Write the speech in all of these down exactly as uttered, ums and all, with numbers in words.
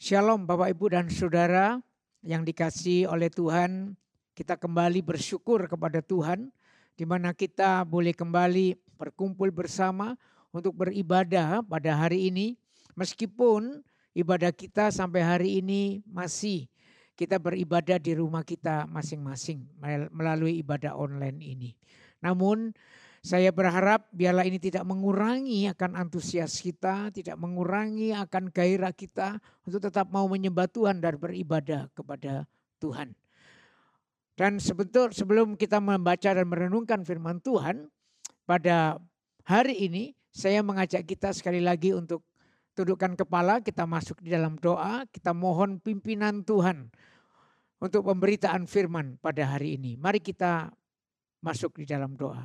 Shalom Bapak Ibu dan Saudara yang dikasihi oleh Tuhan. Kita kembali bersyukur kepada Tuhan di mana kita boleh kembali berkumpul bersama untuk beribadah pada hari ini. Meskipun ibadah kita sampai hari ini masih kita beribadah di rumah kita masing-masing melalui ibadah online ini. Namun saya berharap biarlah ini tidak mengurangi akan antusias kita, tidak mengurangi akan gairah kita untuk tetap mau menyembah Tuhan dan beribadah kepada Tuhan. Dan sebentar sebelum kita membaca dan merenungkan firman Tuhan, pada hari ini saya mengajak kita sekali lagi untuk tundukkan kepala, kita masuk di dalam doa, kita mohon pimpinan Tuhan untuk pemberitaan firman pada hari ini. Mari kita masuk di dalam doa.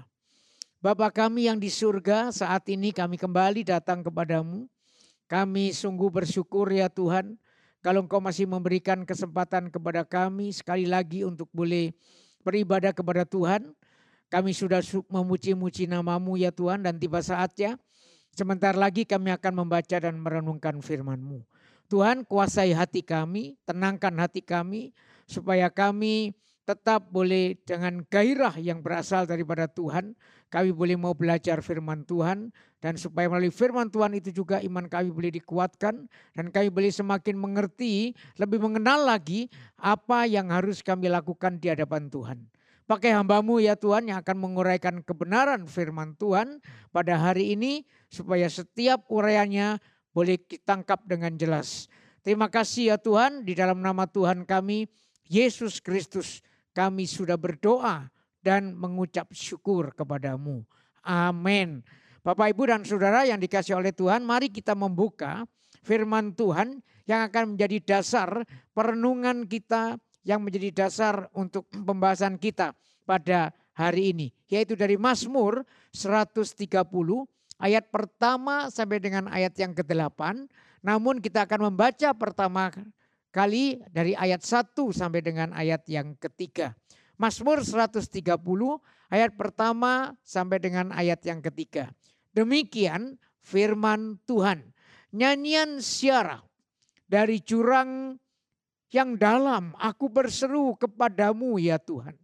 Bapa kami yang di surga, saat ini kami kembali datang kepadamu. Kami sungguh bersyukur ya Tuhan, kalau Engkau masih memberikan kesempatan kepada kami sekali lagi untuk boleh beribadah kepada Tuhan. Kami sudah memuji-muji nama-Mu ya Tuhan, dan tiba saatnya sebentar lagi kami akan membaca dan merenungkan firman-Mu. Tuhan, kuasai hati kami, tenangkan hati kami, supaya kami tetap boleh dengan gairah yang berasal daripada Tuhan, kami boleh mau belajar firman Tuhan, dan supaya melalui firman Tuhan itu juga iman kami boleh dikuatkan, dan kami boleh semakin mengerti, lebih mengenal lagi apa yang harus kami lakukan di hadapan Tuhan. Pakai hamba-Mu ya Tuhan yang akan menguraikan kebenaran firman Tuhan pada hari ini, supaya setiap uraiannya boleh ditangkap dengan jelas. Terima kasih ya Tuhan, di dalam nama Tuhan kami, Yesus Kristus, kami sudah berdoa dan mengucap syukur kepadamu. Amin. Bapak, Ibu, dan Saudara yang dikasihi oleh Tuhan, mari kita membuka firman Tuhan yang akan menjadi dasar perenungan kita, yang menjadi dasar untuk pembahasan kita pada hari ini. Yaitu dari Mazmur seratus tiga puluh ayat pertama sampai dengan ayat yang kedelapan. Namun kita akan membaca pertama kali dari ayat satu sampai dengan ayat yang ketiga. Mazmur seratus tiga puluh ayat pertama sampai dengan ayat yang ketiga. Demikian firman Tuhan. Nyanyian syarah dari jurang yang dalam, aku berseru kepadamu ya Tuhan.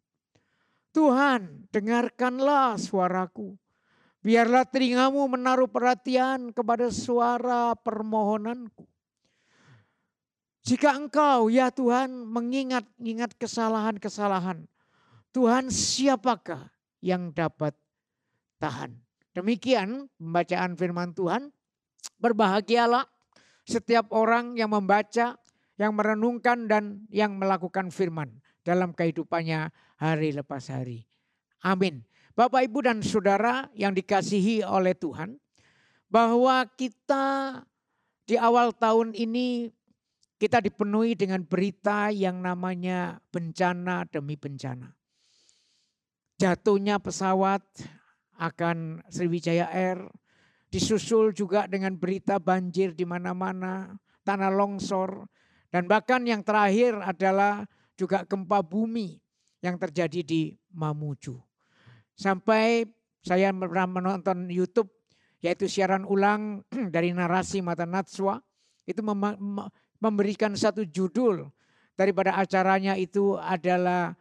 Tuhan, dengarkanlah suaraku. Biarlah telingamu menaruh perhatian kepada suara permohonanku. Jika engkau ya Tuhan mengingat-ingat kesalahan-kesalahan, Tuhan, siapakah yang dapat tahan? Demikian pembacaan firman Tuhan. Berbahagialah setiap orang yang membaca, yang merenungkan, dan yang melakukan firman dalam kehidupannya hari lepas hari. Amin. Bapak, Ibu, dan Saudara yang dikasihi oleh Tuhan, bahwa kita di awal tahun ini kita dipenuhi dengan berita yang namanya bencana demi bencana. Jatuhnya pesawat akan Sriwijaya Air, disusul juga dengan berita banjir di mana-mana, tanah longsor, dan bahkan yang terakhir adalah juga gempa bumi yang terjadi di Mamuju. Sampai saya pernah menonton YouTube, yaitu siaran ulang dari narasi Mata Najwa, itu mem- memberikan satu judul daripada acaranya itu adalah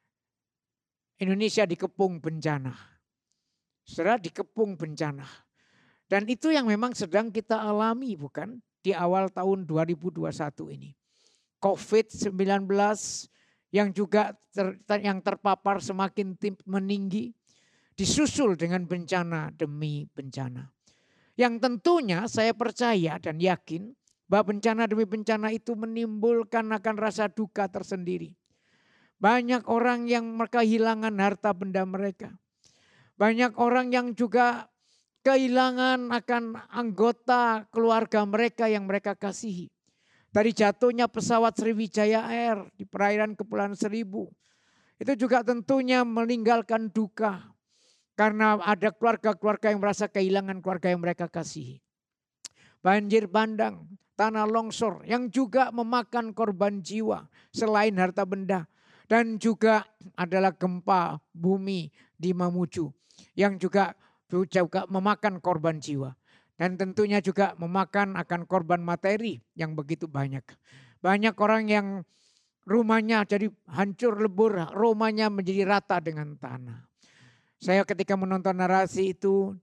Indonesia dikepung bencana. Saudara, dikepung bencana. Dan itu yang memang sedang kita alami, bukan? Di awal tahun dua ribu dua puluh satu ini. covid sembilan belas yang juga ter, yang terpapar semakin meninggi. Disusul dengan bencana demi bencana. Yang tentunya saya percaya dan yakin bahwa bencana demi bencana itu menimbulkan akan rasa duka tersendiri. Banyak orang yang kehilangan harta benda mereka. Banyak orang yang juga kehilangan akan anggota keluarga mereka yang mereka kasihi. Dari jatuhnya pesawat Sriwijaya Air di perairan Kepulauan Seribu. Itu juga tentunya meninggalkan duka. Karena ada keluarga-keluarga yang merasa kehilangan keluarga yang mereka kasihi. Banjir bandang, tanah longsor yang juga memakan korban jiwa selain harta benda. Dan juga adalah gempa bumi di Mamuju yang juga juga memakan korban jiwa. Dan tentunya juga memakan akan korban materi yang begitu banyak. Banyak orang yang rumahnya jadi hancur lebur, rumahnya menjadi rata dengan tanah. Saya ketika menonton narasi itu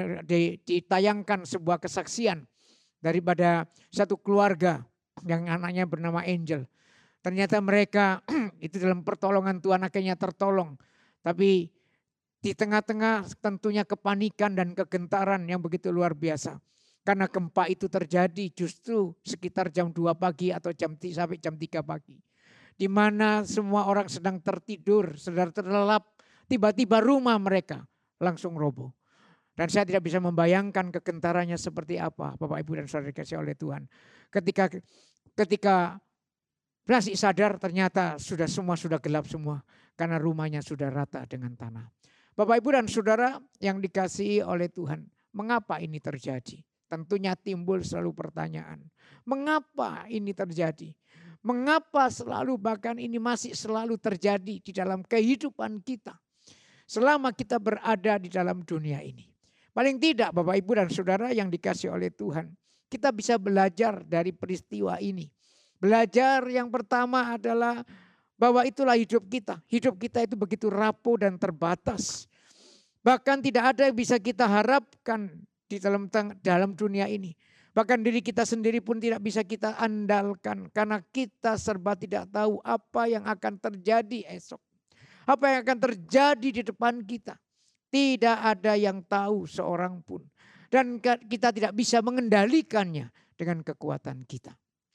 ditayangkan sebuah kesaksian daripada satu keluarga yang anaknya bernama Angel. Ternyata mereka itu dalam pertolongan Tuhan akhirnya tertolong. Tapi di tengah-tengah tentunya kepanikan dan kegentaran yang begitu luar biasa. Karena gempa itu terjadi justru sekitar jam dua pagi atau jam sampai jam tiga pagi. Di mana semua orang sedang tertidur, sedang terlelap. Tiba-tiba rumah mereka langsung roboh. Dan saya tidak bisa membayangkan kegentarannya seperti apa, Bapak Ibu dan Saudara dikasihi oleh Tuhan. Ketika ketika masih sadar ternyata sudah semua sudah gelap semua. Karena rumahnya sudah rata dengan tanah. Bapak Ibu dan Saudara yang dikasihi oleh Tuhan, mengapa ini terjadi? Tentunya timbul selalu pertanyaan, mengapa ini terjadi? Mengapa selalu bahkan ini masih selalu terjadi di dalam kehidupan kita? Selama kita berada di dalam dunia ini. Paling tidak Bapak Ibu dan Saudara yang dikasihi oleh Tuhan, kita bisa belajar dari peristiwa ini. Belajar yang pertama adalah bahwa itulah hidup kita. Hidup kita itu begitu rapuh dan terbatas. Bahkan tidak ada yang bisa kita harapkan di dalam dalam dunia ini. Bahkan diri kita sendiri pun tidak bisa kita andalkan. Karena kita serba tidak tahu apa yang akan terjadi esok. Apa yang akan terjadi di depan kita. Tidak ada yang tahu seorang pun. Dan kita tidak bisa mengendalikannya dengan kekuatan kita.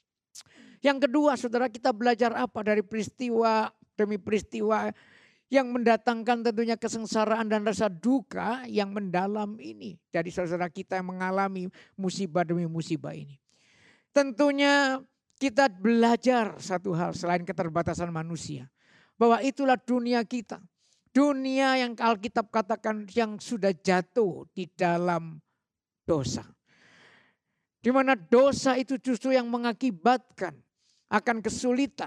Yang kedua, saudara, kita belajar apa dari peristiwa demi peristiwa yang mendatangkan tentunya kesengsaraan dan rasa duka yang mendalam ini. Dari saudara kita yang mengalami musibah demi musibah ini. Tentunya kita belajar satu hal selain keterbatasan manusia. Bahwa itulah dunia kita. Dunia yang Alkitab katakan yang sudah jatuh di dalam dosa. Di mana dosa itu justru yang mengakibatkan akan kesulitan.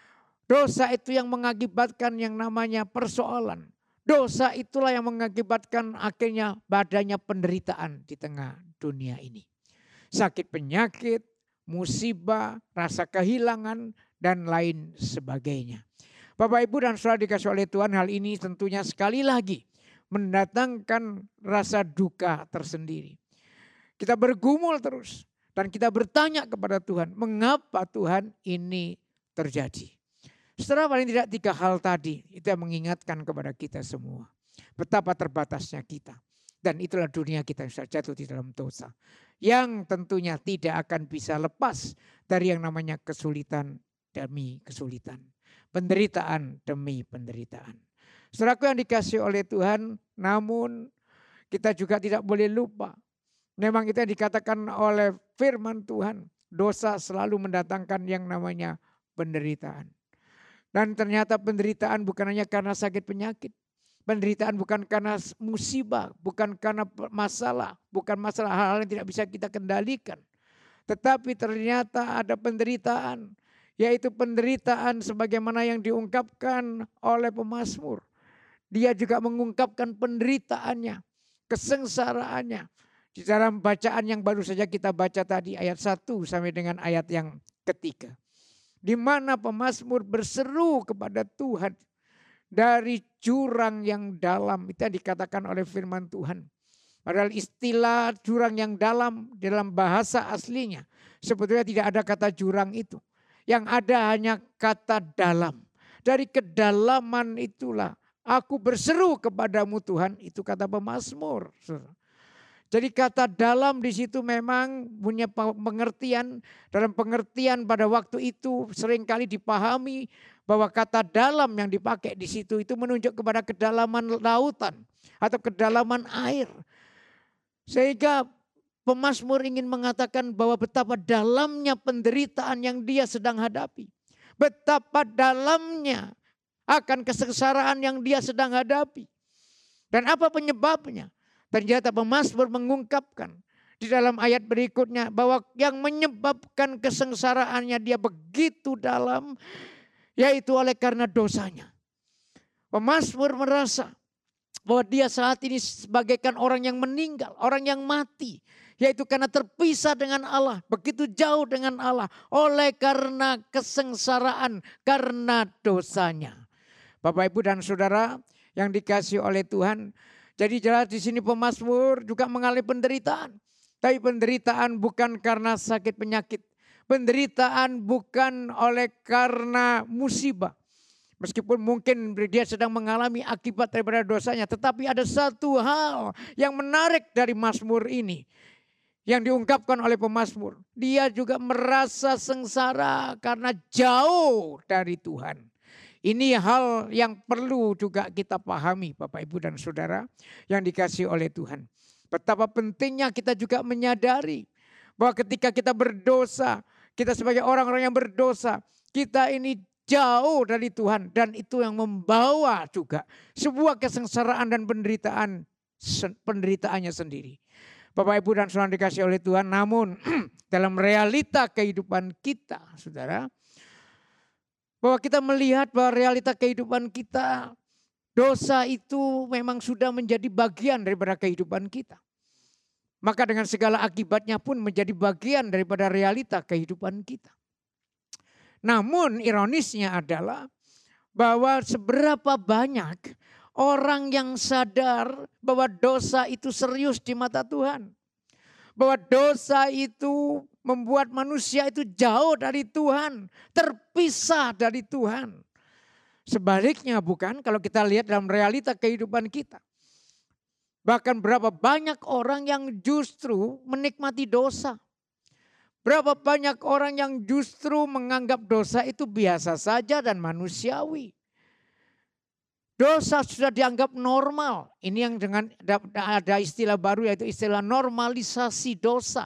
Dosa itu yang mengakibatkan yang namanya persoalan. Dosa itulah yang mengakibatkan akhirnya badannya penderitaan di tengah dunia ini. Sakit penyakit, musibah, rasa kehilangan, dan lain sebagainya. Bapak Ibu dan Saudara dikasihi oleh Tuhan, hal ini tentunya sekali lagi mendatangkan rasa duka tersendiri. Kita bergumul terus. Dan kita bertanya kepada Tuhan, mengapa Tuhan ini terjadi? Setelah paling tidak tiga hal tadi, itu yang mengingatkan kepada kita semua. Betapa terbatasnya kita. Dan itulah dunia kita yang sudah jatuh di dalam dosa. Yang tentunya tidak akan bisa lepas dari yang namanya kesulitan demi kesulitan. Penderitaan demi penderitaan. Saudaraku yang dikasihi oleh Tuhan, namun kita juga tidak boleh lupa. Memang itu yang dikatakan oleh firman Tuhan. Dosa selalu mendatangkan yang namanya penderitaan. Dan ternyata penderitaan bukan hanya karena sakit penyakit. Penderitaan bukan karena musibah, bukan karena masalah. Bukan masalah hal-hal yang tidak bisa kita kendalikan. Tetapi ternyata ada penderitaan. Yaitu penderitaan sebagaimana yang diungkapkan oleh pemazmur. Dia juga mengungkapkan penderitaannya, kesengsaraannya. Di dalam bacaan yang baru saja kita baca tadi ayat satu sampai dengan ayat yang ketiga. Di mana pemazmur berseru kepada Tuhan dari jurang yang dalam. Itu yang dikatakan oleh firman Tuhan. Padahal istilah jurang yang dalam dalam bahasa aslinya. Sebetulnya tidak ada kata jurang itu. Yang ada hanya kata dalam. Dari kedalaman itulah aku berseru kepadamu Tuhan. Itu kata pemazmur. Jadi kata dalam di situ memang punya pengertian. Dalam pengertian pada waktu itu seringkali dipahami bahwa kata dalam yang dipakai di situ itu menunjuk kepada kedalaman lautan atau kedalaman air. Sehingga pemazmur ingin mengatakan bahwa betapa dalamnya penderitaan yang dia sedang hadapi. Betapa dalamnya akan kesengsaraan yang dia sedang hadapi. Dan apa penyebabnya? Ternyata pemazmur mengungkapkan di dalam ayat berikutnya bahwa yang menyebabkan kesengsaraannya dia begitu dalam, yaitu oleh karena dosanya. Pemazmur merasa bahwa dia saat ini sebagaikan orang yang meninggal, orang yang mati, Yaitu karena terpisah dengan Allah, begitu jauh dengan Allah. Oleh karena kesengsaraan, karena dosanya. Bapak, Ibu, dan Saudara yang dikasihi oleh Tuhan. Jadi jelas di sini pemazmur juga mengalami penderitaan. Tapi penderitaan bukan karena sakit penyakit. Penderitaan bukan oleh karena musibah. Meskipun mungkin dia sedang mengalami akibat daripada dosanya. Tetapi ada satu hal yang menarik dari mazmur ini. Yang diungkapkan oleh pemazmur. Dia juga merasa sengsara karena jauh dari Tuhan. Ini hal yang perlu juga kita pahami Bapak, Ibu, dan Saudara yang dikasihi oleh Tuhan. Betapa pentingnya kita juga menyadari bahwa ketika kita berdosa, kita sebagai orang-orang yang berdosa, kita ini jauh dari Tuhan. Dan itu yang membawa juga sebuah kesengsaraan dan penderitaan, penderitaannya sendiri. Bapak, Ibu, dan Saudara dikasihi oleh Tuhan, namun dalam realita kehidupan kita, Saudara, bahwa kita melihat bahwa realita kehidupan kita, dosa itu memang sudah menjadi bagian daripada kehidupan kita. Maka dengan segala akibatnya pun menjadi bagian daripada realita kehidupan kita. Namun ironisnya adalah bahwa seberapa banyak orang yang sadar bahwa dosa itu serius di mata Tuhan. Bahwa dosa itu membuat manusia itu jauh dari Tuhan, terpisah dari Tuhan. Sebaliknya bukan, kalau kita lihat dalam realita kehidupan kita. Bahkan berapa banyak orang yang justru menikmati dosa. Berapa banyak orang yang justru menganggap dosa itu biasa saja dan manusiawi. Dosa sudah dianggap normal. Ini yang dengan ada istilah baru yaitu istilah normalisasi dosa.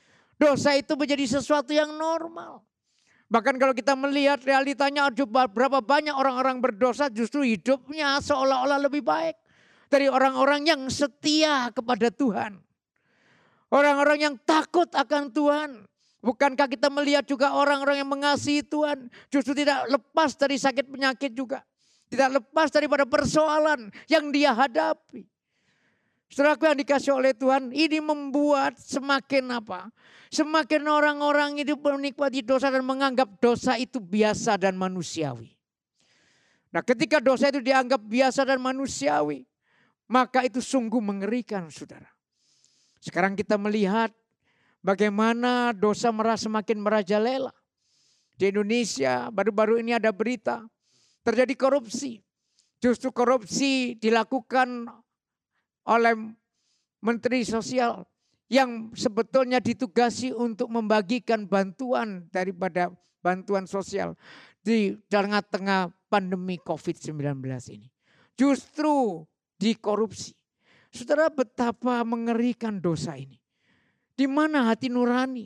Dosa itu menjadi sesuatu yang normal. Bahkan kalau kita melihat realitanya berapa banyak orang-orang berdosa justru hidupnya seolah-olah lebih baik dari orang-orang yang setia kepada Tuhan. Orang-orang yang takut akan Tuhan. Bukankah kita melihat juga orang-orang yang mengasihi Tuhan justru tidak lepas dari sakit penyakit juga. Tidak lepas daripada persoalan yang dia hadapi. Saudaraku yang dikasih oleh Tuhan, ini membuat semakin apa? Semakin orang-orang itu menikmati dosa dan menganggap dosa itu biasa dan manusiawi. Nah, ketika dosa itu dianggap biasa dan manusiawi, maka itu sungguh mengerikan, saudara. Sekarang kita melihat bagaimana dosa merasa semakin merajalela. Di Indonesia baru-baru ini ada berita terjadi korupsi. Justru korupsi dilakukan oleh Menteri Sosial yang sebetulnya ditugasi untuk membagikan bantuan daripada bantuan sosial di tengah-tengah pandemi covid sembilan belas ini. Justru dikorupsi. Saudara, betapa mengerikan dosa ini. Di mana hati nurani?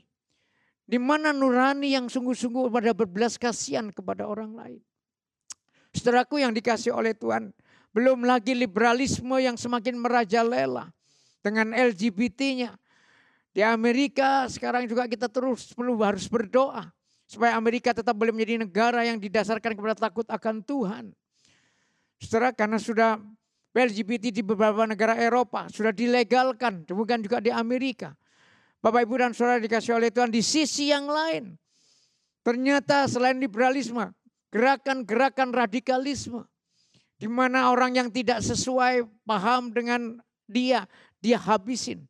Di mana nurani yang sungguh-sungguh pada berbelas kasihan kepada orang lain? Saudaraku yang dikasih oleh Tuhan, belum lagi liberalisme yang semakin merajalela dengan L G B T-nya. Di Amerika sekarang juga kita terus perlu harus berdoa supaya Amerika tetap boleh menjadi negara yang didasarkan kepada takut akan Tuhan. Saudara, karena sudah L G B T di beberapa negara Eropa sudah dilegalkan, demikian juga di Amerika. Bapak, Ibu, dan Saudara dikasih oleh Tuhan, di sisi yang lain ternyata selain liberalisme, gerakan-gerakan radikalisme, di mana orang yang tidak sesuai paham dengan dia, dia habisin.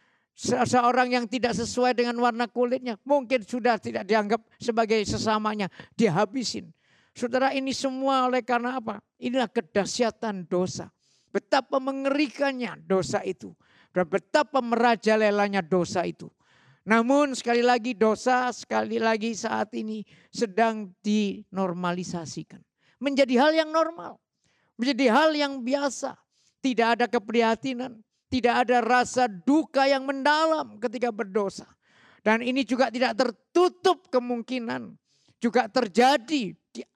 Seseorang yang tidak sesuai dengan warna kulitnya, mungkin sudah tidak dianggap sebagai sesamanya, dia habisin. Saudara, ini semua oleh karena apa? Inilah kedahsyatan dosa. Betapa mengerikannya dosa itu. Dan betapa merajalelanya dosa itu. Namun sekali lagi dosa sekali lagi saat ini sedang dinormalisasikan. Menjadi hal yang normal. Menjadi hal yang biasa. Tidak ada keprihatinan. Tidak ada rasa duka yang mendalam ketika berdosa. Dan ini juga tidak tertutup kemungkinan. Juga terjadi,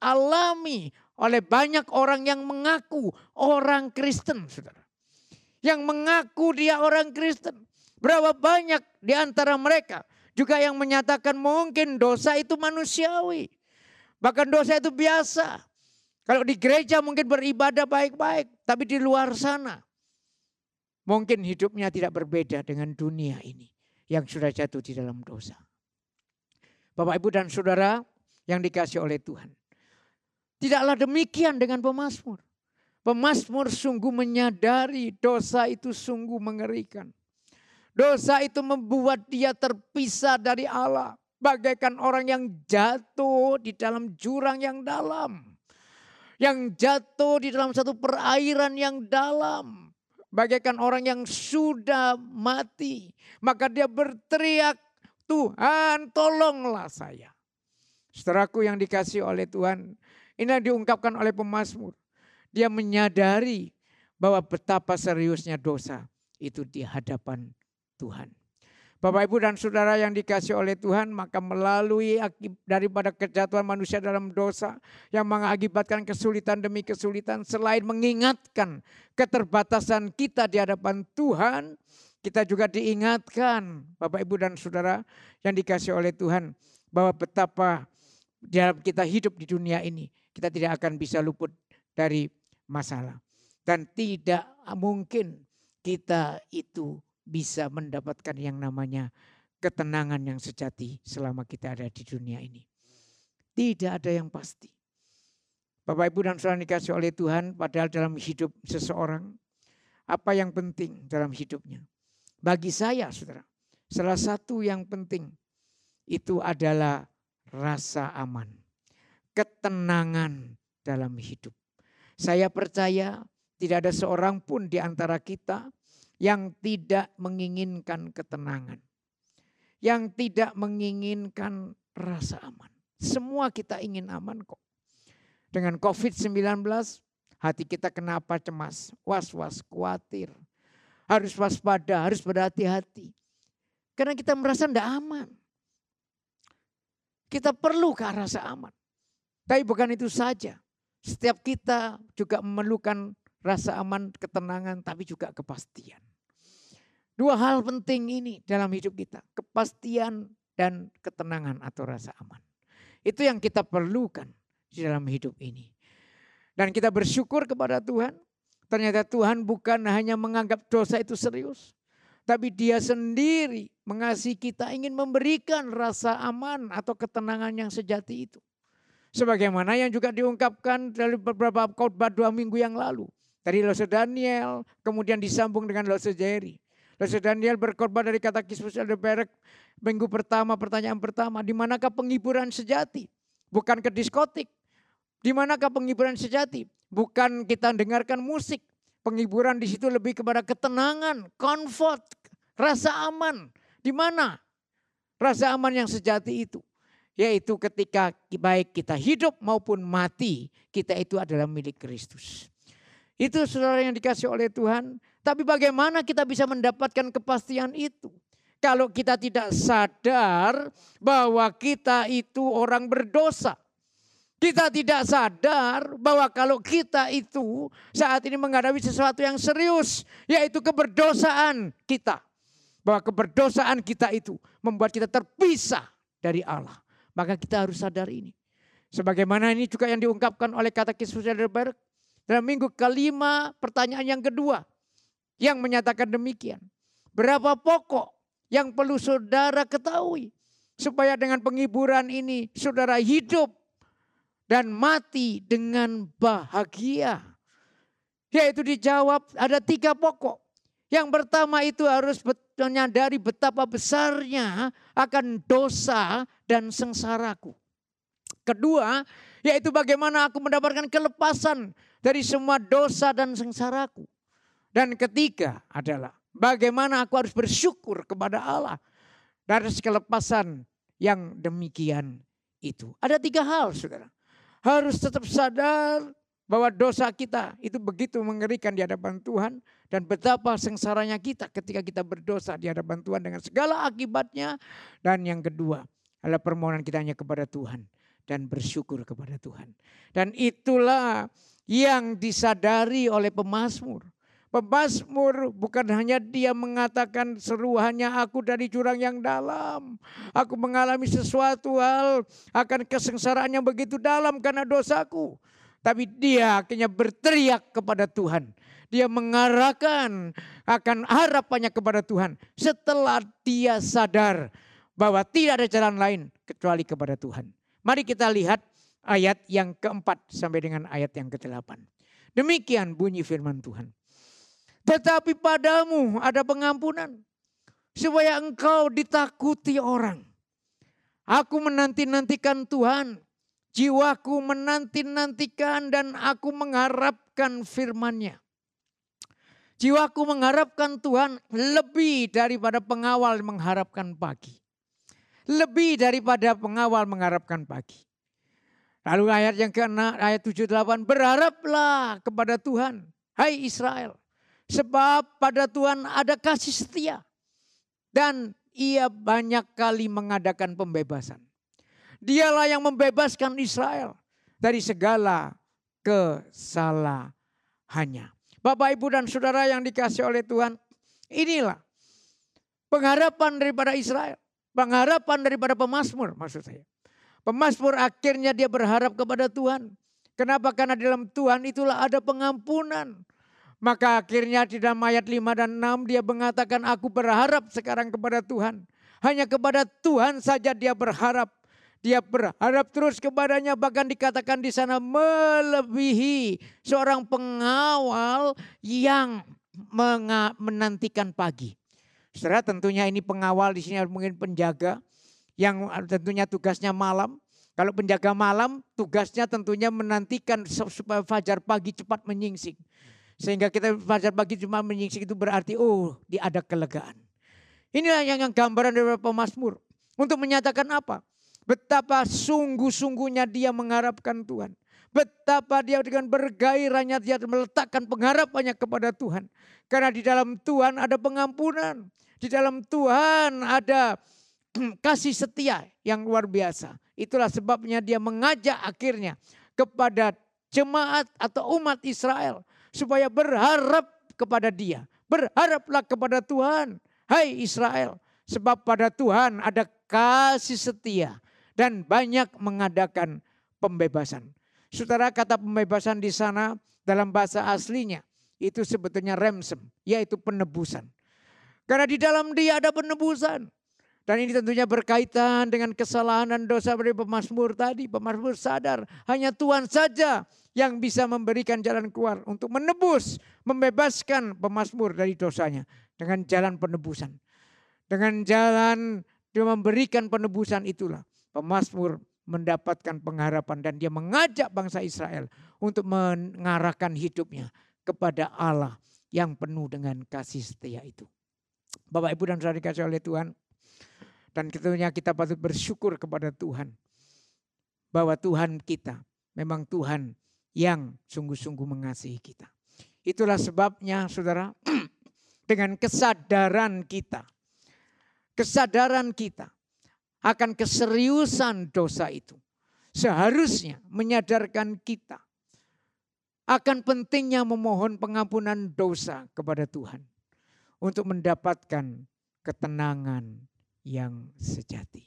dialami oleh banyak orang yang mengaku orang Kristen, saudara. Yang mengaku dia orang Kristen. Berapa banyak di antara mereka juga yang menyatakan mungkin dosa itu manusiawi. Bahkan dosa itu biasa. Kalau di gereja mungkin beribadah baik-baik. Tapi di luar sana mungkin hidupnya tidak berbeda dengan dunia ini. yang sudah jatuh di dalam dosa. Bapak, Ibu, dan Saudara yang dikasihi oleh Tuhan. Tidaklah demikian dengan pemazmur. Pemazmur sungguh menyadari dosa itu sungguh mengerikan. Dosa itu membuat dia terpisah dari Allah. Bagaikan orang yang jatuh di dalam jurang yang dalam. Yang jatuh di dalam satu perairan yang dalam. Bagaikan orang yang sudah mati. Maka dia berteriak, Tuhan tolonglah saya. Saudaraku yang dikasihi oleh Tuhan. Ini diungkapkan oleh pemazmur. Dia menyadari bahwa betapa seriusnya dosa itu di hadapan Tuhan. Bapak, Ibu, dan Saudara yang dikasihi oleh Tuhan, maka melalui daripada kejatuhan manusia dalam dosa yang mengakibatkan kesulitan demi kesulitan, selain mengingatkan keterbatasan kita di hadapan Tuhan, kita juga diingatkan, Bapak, Ibu, dan Saudara yang dikasihi oleh Tuhan, bahwa betapa dalam kita hidup di dunia ini, kita tidak akan bisa luput dari masalah. Dan tidak mungkin kita itu bisa mendapatkan yang namanya ketenangan yang sejati selama kita ada di dunia ini. Tidak ada yang pasti. Bapak, Ibu, dan Saudara dikasihi oleh Tuhan, padahal dalam hidup seseorang, apa yang penting dalam hidupnya? Bagi saya, Saudara, salah satu yang penting itu adalah rasa aman, ketenangan dalam hidup. Saya percaya tidak ada seorang pun di antara kita yang tidak menginginkan ketenangan. Yang tidak menginginkan rasa aman. Semua kita ingin aman kok. Dengan covid sembilan belas hati kita kenapa cemas, was-was, khawatir. Harus waspada, harus berhati-hati. Karena kita merasa tidak aman. Kita perlu ke rasa aman. Tapi bukan itu saja. Setiap kita juga memerlukan rasa aman, ketenangan, tapi juga kepastian. Dua hal penting ini dalam hidup kita. Kepastian dan ketenangan atau rasa aman. Itu yang kita perlukan di dalam hidup ini. Dan kita bersyukur kepada Tuhan. Ternyata Tuhan bukan hanya menganggap dosa itu serius. Tapi dia sendiri mengasihi kita, ingin memberikan rasa aman atau ketenangan yang sejati itu. Sebagaimana yang juga diungkapkan dari beberapa khotbah dua minggu yang lalu. Dari Lose Daniel, kemudian disambung dengan Lose Jerry. Lose Daniel berkhotbah dari Katekismus Heidelberg minggu pertama, pertanyaan pertama. Di manakah penghiburan sejati? Bukan ke diskotik. Di manakah penghiburan sejati? Bukan kita dengarkan musik. Penghiburan di situ lebih kepada ketenangan, comfort, rasa aman. Di mana rasa aman yang sejati itu? Yaitu ketika baik kita hidup maupun mati, kita itu adalah milik Kristus. Itu saudara yang dikasihi oleh Tuhan. Tapi bagaimana kita bisa mendapatkan kepastian itu? Kalau kita tidak sadar bahwa kita itu orang berdosa. Kita tidak sadar bahwa kalau kita itu saat ini menghadapi sesuatu yang serius. Yaitu keberdosaan kita. Bahwa keberdosaan kita itu membuat kita terpisah dari Allah. Maka kita harus sadar ini. Sebagaimana ini juga yang diungkapkan oleh Katekismus Heidelberg. Dalam minggu kelima pertanyaan yang kedua. Yang menyatakan demikian. Berapa pokok yang perlu saudara ketahui. Supaya dengan penghiburan ini saudara hidup. Dan mati dengan bahagia. Yaitu dijawab ada tiga pokok. Yang pertama itu harus menyadari betapa besarnya akan dosa dan sengsaraku. Kedua, yaitu bagaimana aku mendapatkan kelepasan dari semua dosa dan sengsaraku. Dan ketiga adalah bagaimana aku harus bersyukur kepada Allah dari kelepasan yang demikian itu. Ada tiga hal, saudara. Harus tetap sadar bahwa dosa kita itu begitu mengerikan di hadapan Tuhan. Dan betapa sengsaranya kita ketika kita berdosa di hadapan Tuhan dengan segala akibatnya. Dan yang kedua adalah permohonan kita hanya kepada Tuhan. Dan bersyukur kepada Tuhan. Dan itulah yang disadari oleh pemazmur. Pemazmur bukan hanya dia mengatakan seruannya aku dari jurang yang dalam. Aku mengalami sesuatu hal akan kesengsaraan yang begitu dalam karena dosaku. Tapi dia akhirnya berteriak kepada Tuhan. Dia mengarahkan akan harapannya kepada Tuhan setelah dia sadar bahwa tidak ada jalan lain kecuali kepada Tuhan. Mari kita lihat ayat yang keempat sampai dengan ayat yang kedelapan. Demikian bunyi firman Tuhan. Tetapi padamu ada pengampunan supaya engkau ditakuti orang. Aku menanti-nantikan Tuhan. Jiwaku menanti-nantikan dan aku mengharapkan firman-Nya. Jiwaku mengharapkan Tuhan lebih daripada pengawal mengharapkan pagi. Lebih daripada pengawal mengharapkan pagi. Lalu ayat yang keenam, ayat tujuh delapan, berharaplah kepada Tuhan, hai Israel. Sebab pada Tuhan ada kasih setia. Dan ia banyak kali mengadakan pembebasan. Dialah yang membebaskan Israel dari segala kesalahannya. Bapak, Ibu, dan Saudara yang dikasihi oleh Tuhan, inilah pengharapan daripada Israel. Pengharapan daripada pemazmur maksud saya. Pemazmur akhirnya dia berharap kepada Tuhan. Kenapa? Karena dalam Tuhan itulah ada pengampunan. Maka akhirnya di dalam ayat lima dan enam dia mengatakan, aku berharap sekarang kepada Tuhan. Hanya kepada Tuhan saja dia berharap. Dia berharap terus kepadanya, bahkan dikatakan di sana melebihi seorang pengawal yang menantikan pagi. Saudara, tentunya ini pengawal di sini mungkin penjaga yang tentunya tugasnya malam. Kalau penjaga malam tugasnya tentunya menantikan supaya fajar pagi cepat menyingsing. Sehingga kita fajar pagi cuma menyingsing itu berarti oh dia ada kelegaan. Inilah yang, yang gambaran dari pemazmur. Untuk menyatakan apa? Betapa sungguh-sungguhnya dia mengharapkan Tuhan. Betapa dia dengan bergairahnya dia meletakkan pengharapannya kepada Tuhan. Karena di dalam Tuhan ada pengampunan. Di dalam Tuhan ada kasih setia yang luar biasa. Itulah sebabnya dia mengajak akhirnya kepada jemaat atau umat Israel. Supaya berharap kepada dia. Berharaplah kepada Tuhan. Hai Israel. Sebab pada Tuhan ada kasih setia. Dan banyak mengadakan pembebasan. Saudara, kata pembebasan di sana dalam bahasa aslinya itu sebetulnya remsem, yaitu penebusan. Karena di dalam dia ada penebusan. Dan ini tentunya berkaitan dengan kesalahan dan dosa dari pemazmur tadi. Pemazmur sadar hanya Tuhan saja yang bisa memberikan jalan keluar untuk menebus, membebaskan pemazmur dari dosanya dengan jalan penebusan. Dengan jalan dia memberikan penebusan itulah pemazmur mendapatkan pengharapan dan dia mengajak bangsa Israel untuk mengarahkan hidupnya kepada Allah yang penuh dengan kasih setia itu. Bapak, Ibu, dan saudara dikasihi oleh Tuhan, dan tentunya kita patut bersyukur kepada Tuhan bahwa Tuhan kita memang Tuhan yang sungguh-sungguh mengasihi kita. Itulah sebabnya saudara, dengan kesadaran kita, kesadaran kita akan keseriusan dosa itu seharusnya menyadarkan kita akan pentingnya memohon pengampunan dosa kepada Tuhan untuk mendapatkan ketenangan yang sejati.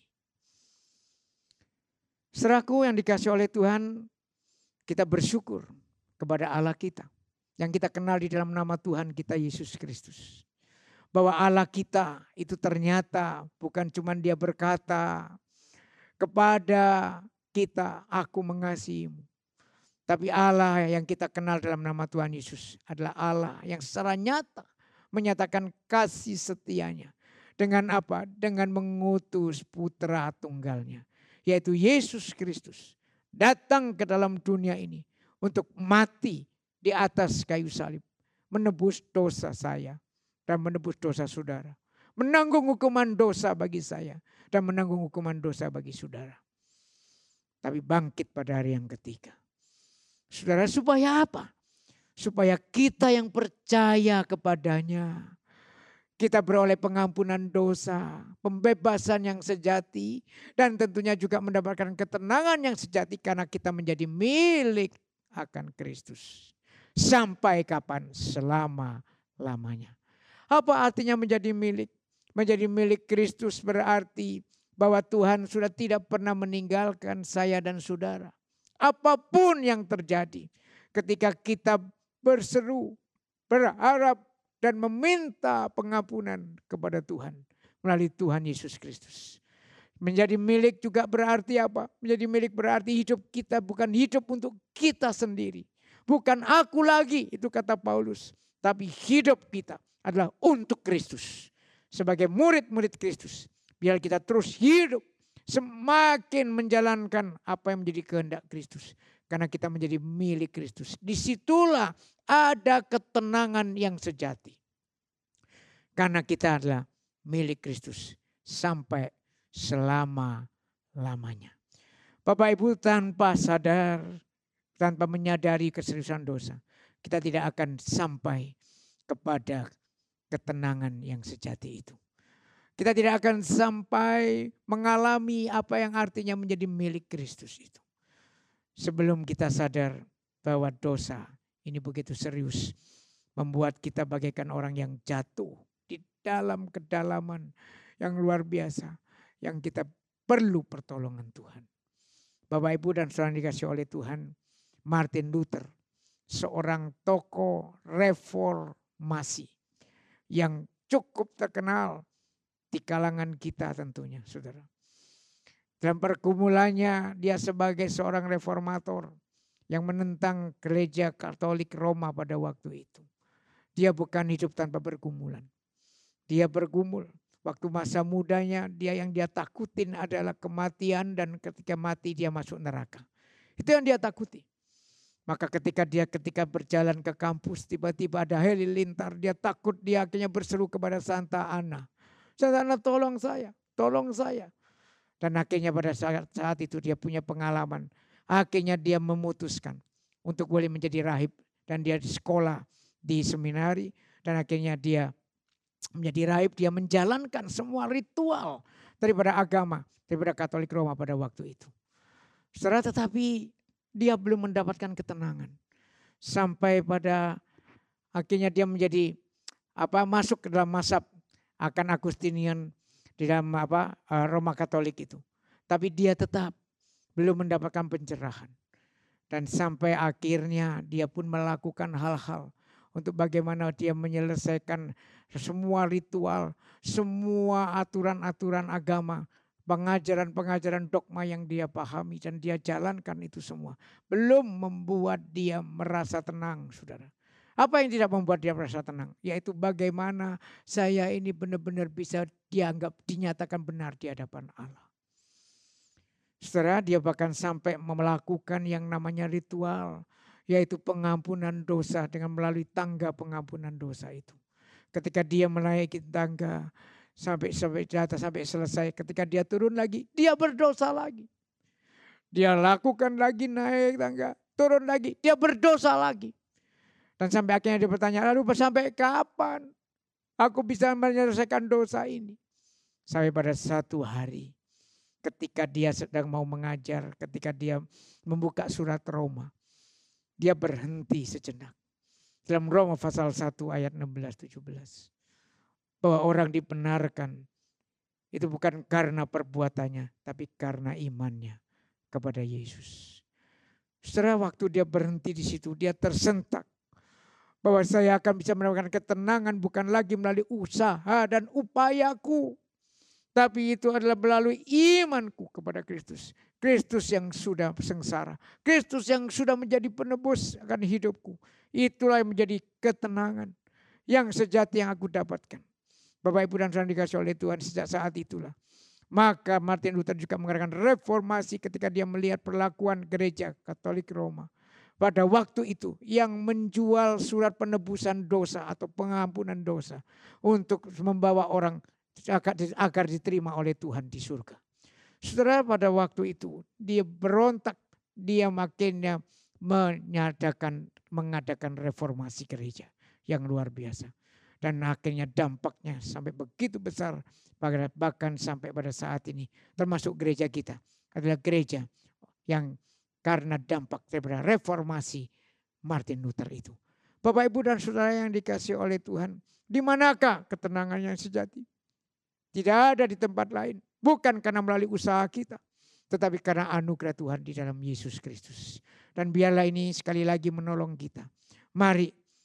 Saudaraku yang dikasihi oleh Tuhan, kita bersyukur kepada Allah kita yang kita kenal di dalam nama Tuhan kita Yesus Kristus. Bahwa Allah kita itu ternyata bukan cuma dia berkata kepada kita, aku mengasihimu. Tapi Allah yang kita kenal dalam nama Tuhan Yesus adalah Allah yang secara nyata menyatakan kasih setianya. Dengan apa? Dengan mengutus putra tunggalnya. Yaitu Yesus Kristus. Datang ke dalam dunia ini untuk mati di atas kayu salib. Menebus dosa saya. Dan menebus dosa saudara. Menanggung hukuman dosa bagi saya. Dan menanggung hukuman dosa bagi saudara. Tapi bangkit pada hari yang ketiga. Saudara, supaya apa? Supaya kita yang percaya kepadanya. Kita beroleh pengampunan dosa. Pembebasan yang sejati. Dan tentunya juga mendapatkan ketenangan yang sejati. Karena kita menjadi milik akan Kristus. Sampai kapan? Selama-lamanya. Apa artinya menjadi milik? Menjadi milik Kristus berarti bahwa Tuhan sudah tidak pernah meninggalkan saya dan saudara. Apapun yang terjadi ketika kita berseru, berharap dan meminta pengampunan kepada Tuhan melalui Tuhan Yesus Kristus. Menjadi milik juga berarti apa? Menjadi milik berarti hidup kita bukan hidup untuk kita sendiri. Bukan aku lagi, itu kata Paulus. Tapi hidup kita adalah untuk Kristus. Sebagai murid-murid Kristus. Biar kita terus hidup. Semakin menjalankan apa yang menjadi kehendak Kristus. Karena kita menjadi milik Kristus. Disitulah ada ketenangan yang sejati. Karena kita adalah milik Kristus. Sampai selama-lamanya. Bapak Ibu, tanpa sadar, tanpa menyadari keseriusan dosa, kita tidak akan sampai kepada ketenangan yang sejati itu. Kita tidak akan sampai mengalami apa yang artinya menjadi milik Kristus itu. Sebelum kita sadar bahwa dosa ini begitu serius, membuat kita bagaikan orang yang jatuh di dalam kedalaman yang luar biasa, yang kita perlu pertolongan Tuhan. Bapak Ibu dan saudara dikasih oleh Tuhan, Martin Luther, seorang tokoh reformasi yang cukup terkenal di kalangan kita tentunya, saudara. Dalam pergumulannya dia sebagai seorang reformator yang menentang gereja Katolik Roma pada waktu itu. Dia bukan hidup tanpa pergumulan. Dia bergumul. Waktu masa mudanya dia yang dia takutin adalah kematian dan ketika mati dia masuk neraka. Itu yang dia takuti. Maka ketika dia ketika berjalan ke kampus tiba-tiba ada halilintar. Dia takut, dia akhirnya berseru kepada Santa Ana. Santa Ana, tolong saya, tolong saya. Dan akhirnya pada saat, saat itu dia punya pengalaman. Akhirnya dia memutuskan untuk boleh menjadi rahib. Dan dia di sekolah di seminari. Dan akhirnya dia menjadi rahib. Dia menjalankan semua ritual daripada agama. Daripada Katolik Roma pada waktu itu. Setelah tetapi dia belum mendapatkan ketenangan. Sampai pada akhirnya dia menjadi apa masuk ke dalam mazhab akan Agustinian di dalam apa Roma Katolik itu. Tapi dia tetap belum mendapatkan pencerahan. Dan sampai akhirnya dia pun melakukan hal-hal untuk bagaimana dia menyelesaikan semua ritual, semua aturan-aturan agama, pengajaran-pengajaran dogma yang dia pahami dan dia jalankan itu semua. Belum membuat dia merasa tenang, saudara. Apa yang tidak membuat dia merasa tenang? Yaitu bagaimana saya ini benar-benar bisa dianggap, dinyatakan benar di hadapan Allah. Saudara, dia bahkan sampai melakukan yang namanya ritual. Yaitu pengampunan dosa dengan melalui tangga pengampunan dosa itu. Ketika dia menaiki tangga sampai sampai di atas sampai selesai, ketika dia turun lagi, dia berdosa lagi. Dia lakukan lagi naik tangga, turun lagi, dia berdosa lagi. Dan sampai akhirnya dia bertanya, lalu sampai kapan aku bisa menyelesaikan dosa ini? Sampai pada satu hari ketika dia sedang mau mengajar, ketika dia membuka surat Roma, dia berhenti sejenak. Dalam Roma pasal satu ayat enam belas tujuh belas. Bahwa orang dibenarkan itu bukan karena perbuatannya, tapi karena imannya kepada Yesus. Setelah waktu dia berhenti di situ, dia tersentak. Bahwa saya akan bisa mendapatkan ketenangan bukan lagi melalui usaha dan upayaku. Tapi itu adalah melalui imanku kepada Kristus. Kristus yang sudah sengsara. Kristus yang sudah menjadi penebus akan hidupku. Itulah yang menjadi ketenangan yang sejati yang aku dapatkan. Bapak Ibu dan saudara dikasih oleh Tuhan, sejak saat itulah. Maka Martin Luther juga mengadakan reformasi ketika dia melihat perlakuan gereja Katolik Roma. Pada waktu itu yang menjual surat penebusan dosa atau pengampunan dosa untuk membawa orang agar, agar diterima oleh Tuhan di surga. Saudara, pada waktu itu dia berontak, dia makinnya menyadakan, mengadakan reformasi gereja yang luar biasa. Dan akhirnya dampaknya sampai begitu besar, bahkan sampai pada saat ini termasuk gereja kita adalah gereja yang karena dampak daripada reformasi Martin Luther itu. Bapak Ibu dan saudara yang dikasih oleh Tuhan, di manakah ketenangan yang sejati? Tidak ada di tempat lain. Bukan karena melalui usaha kita, tetapi karena anugerah Tuhan di dalam Yesus Kristus. Dan biarlah ini sekali lagi menolong kita. Mari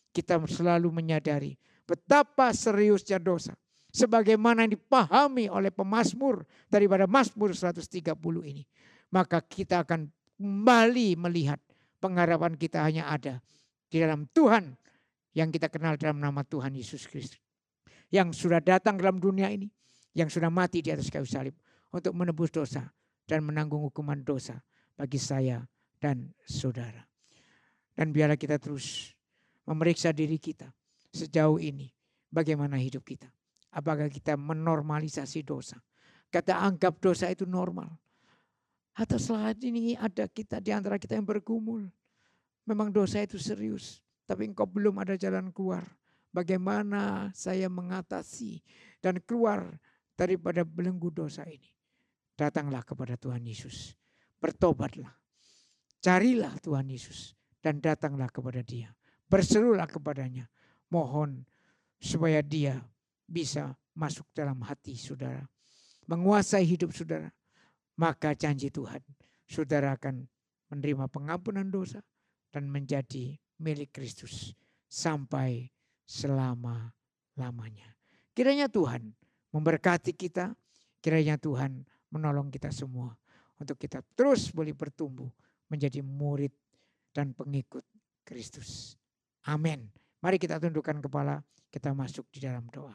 kita selalu menyadari betapa seriusnya dosa. Sebagaimana yang dipahami oleh pemazmur daripada Mazmur seratus tiga puluh ini. Maka kita akan kembali melihat pengharapan kita hanya ada di dalam Tuhan yang kita kenal dalam nama Tuhan Yesus Kristus. Yang sudah datang dalam dunia ini, yang sudah mati di atas kayu salib untuk menebus dosa dan menanggung hukuman dosa bagi saya dan saudara. Dan biarlah kita terus memeriksa diri kita sejauh ini, bagaimana hidup kita. Apakah kita menormalisasi dosa? Kita anggap dosa itu normal. Atau saat ini ada kita di antara kita yang bergumul. Memang dosa itu serius, tapi engkau belum ada jalan keluar. Bagaimana saya mengatasi dan keluar daripada belenggu dosa ini? Datanglah kepada Tuhan Yesus. Bertobatlah. Carilah Tuhan Yesus dan datanglah kepada Dia. Berserulah kepadanya. Mohon supaya Dia bisa masuk dalam hati saudara. Menguasai hidup saudara. Maka janji Tuhan, saudara akan menerima pengampunan dosa dan menjadi milik Kristus sampai selama-lamanya. Kiranya Tuhan memberkati kita, kiranya Tuhan menolong kita semua untuk kita terus boleh bertumbuh menjadi murid dan pengikut Kristus. Amin. Mari kita tundukkan kepala, kita masuk di dalam doa.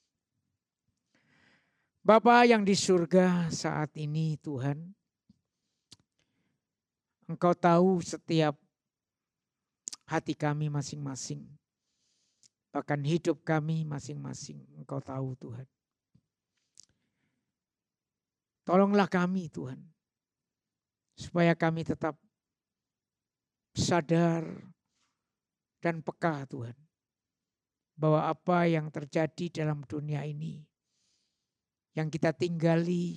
Bapa yang di surga saat ini Tuhan, Engkau tahu setiap hati kami masing-masing. Bahkan hidup kami masing-masing. Engkau tahu Tuhan. Tolonglah kami Tuhan. Supaya kami tetap sadar dan peka Tuhan. Bahwa apa yang terjadi dalam dunia ini. Yang kita tinggali.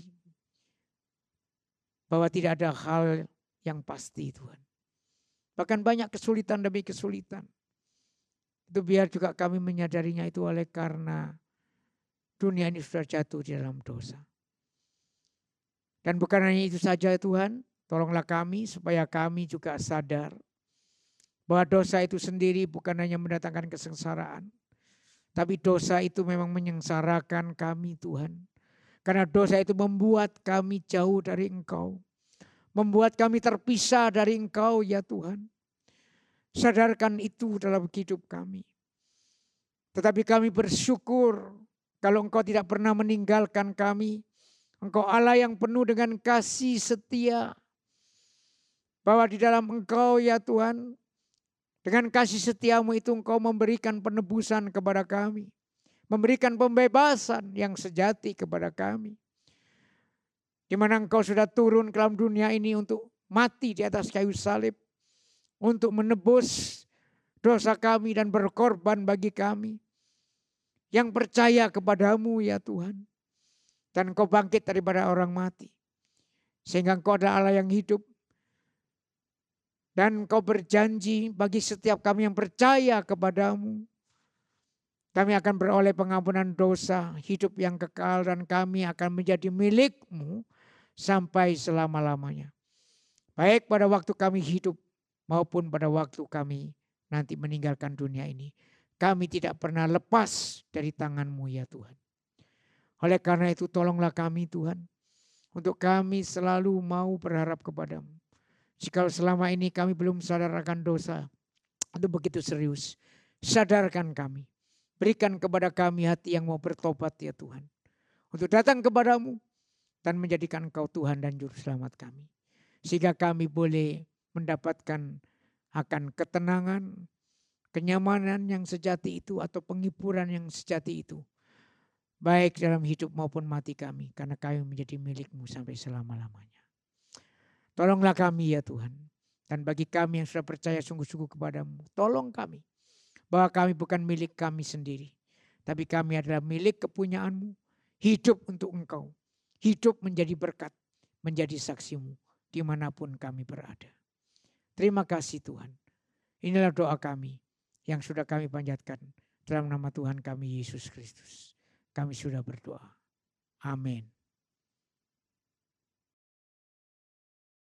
Bahwa tidak ada hal yang pasti Tuhan. Bahkan banyak kesulitan demi kesulitan. Itu biar juga kami menyadarinya itu oleh karena dunia ini sudah jatuh di dalam dosa. Dan bukan hanya itu saja Tuhan, tolonglah kami supaya kami juga sadar bahwa dosa itu sendiri bukan hanya mendatangkan kesengsaraan. Tapi dosa itu memang menyengsarakan kami Tuhan. Karena dosa itu membuat kami jauh dari Engkau. Membuat kami terpisah dari Engkau ya Tuhan. Sadarkan itu dalam hidup kami. Tetapi kami bersyukur kalau Engkau tidak pernah meninggalkan kami. Engkau Allah yang penuh dengan kasih setia. Bahwa di dalam Engkau ya Tuhan. Dengan kasih setiamu itu Engkau memberikan penebusan kepada kami. Memberikan pembebasan yang sejati kepada kami. Di mana Engkau sudah turun ke dalam dunia ini untuk mati di atas kayu salib. Untuk menebus dosa kami dan berkorban bagi kami. Yang percaya kepadamu ya Tuhan. Dan Engkau bangkit daripada orang mati. Sehingga Engkau adalah Allah yang hidup. Dan Engkau berjanji bagi setiap kami yang percaya kepadamu. Kami akan beroleh pengampunan dosa, hidup yang kekal dan kami akan menjadi milik-Mu sampai selama-lamanya. Baik pada waktu kami hidup maupun pada waktu kami nanti meninggalkan dunia ini. Kami tidak pernah lepas dari tangan-Mu ya Tuhan. Oleh karena itu tolonglah kami Tuhan. Untuk kami selalu mau berharap kepadamu. Jika selama ini kami belum sadar akan dosa. Itu begitu serius. Sadarkan kami. Berikan kepada kami hati yang mau bertobat ya Tuhan. Untuk datang kepadamu. Dan menjadikan Engkau Tuhan dan Juru Selamat kami. Sehingga kami boleh mendapatkan akan ketenangan, kenyamanan yang sejati itu atau penghiburan yang sejati itu. Baik dalam hidup maupun mati kami. Karena kami menjadi milik-Mu sampai selama-lamanya. Tolonglah kami ya Tuhan. Dan bagi kami yang sudah percaya sungguh-sungguh kepadamu. Tolong kami. Bahwa kami bukan milik kami sendiri. Tapi kami adalah milik kepunyaan-Mu. Hidup untuk Engkau. Hidup menjadi berkat. Menjadi saksi-Mu. Dimanapun kami berada. Terima kasih Tuhan. Inilah doa kami. Yang sudah kami panjatkan. Dalam nama Tuhan kami Yesus Kristus. Kami sudah berdoa. Amin.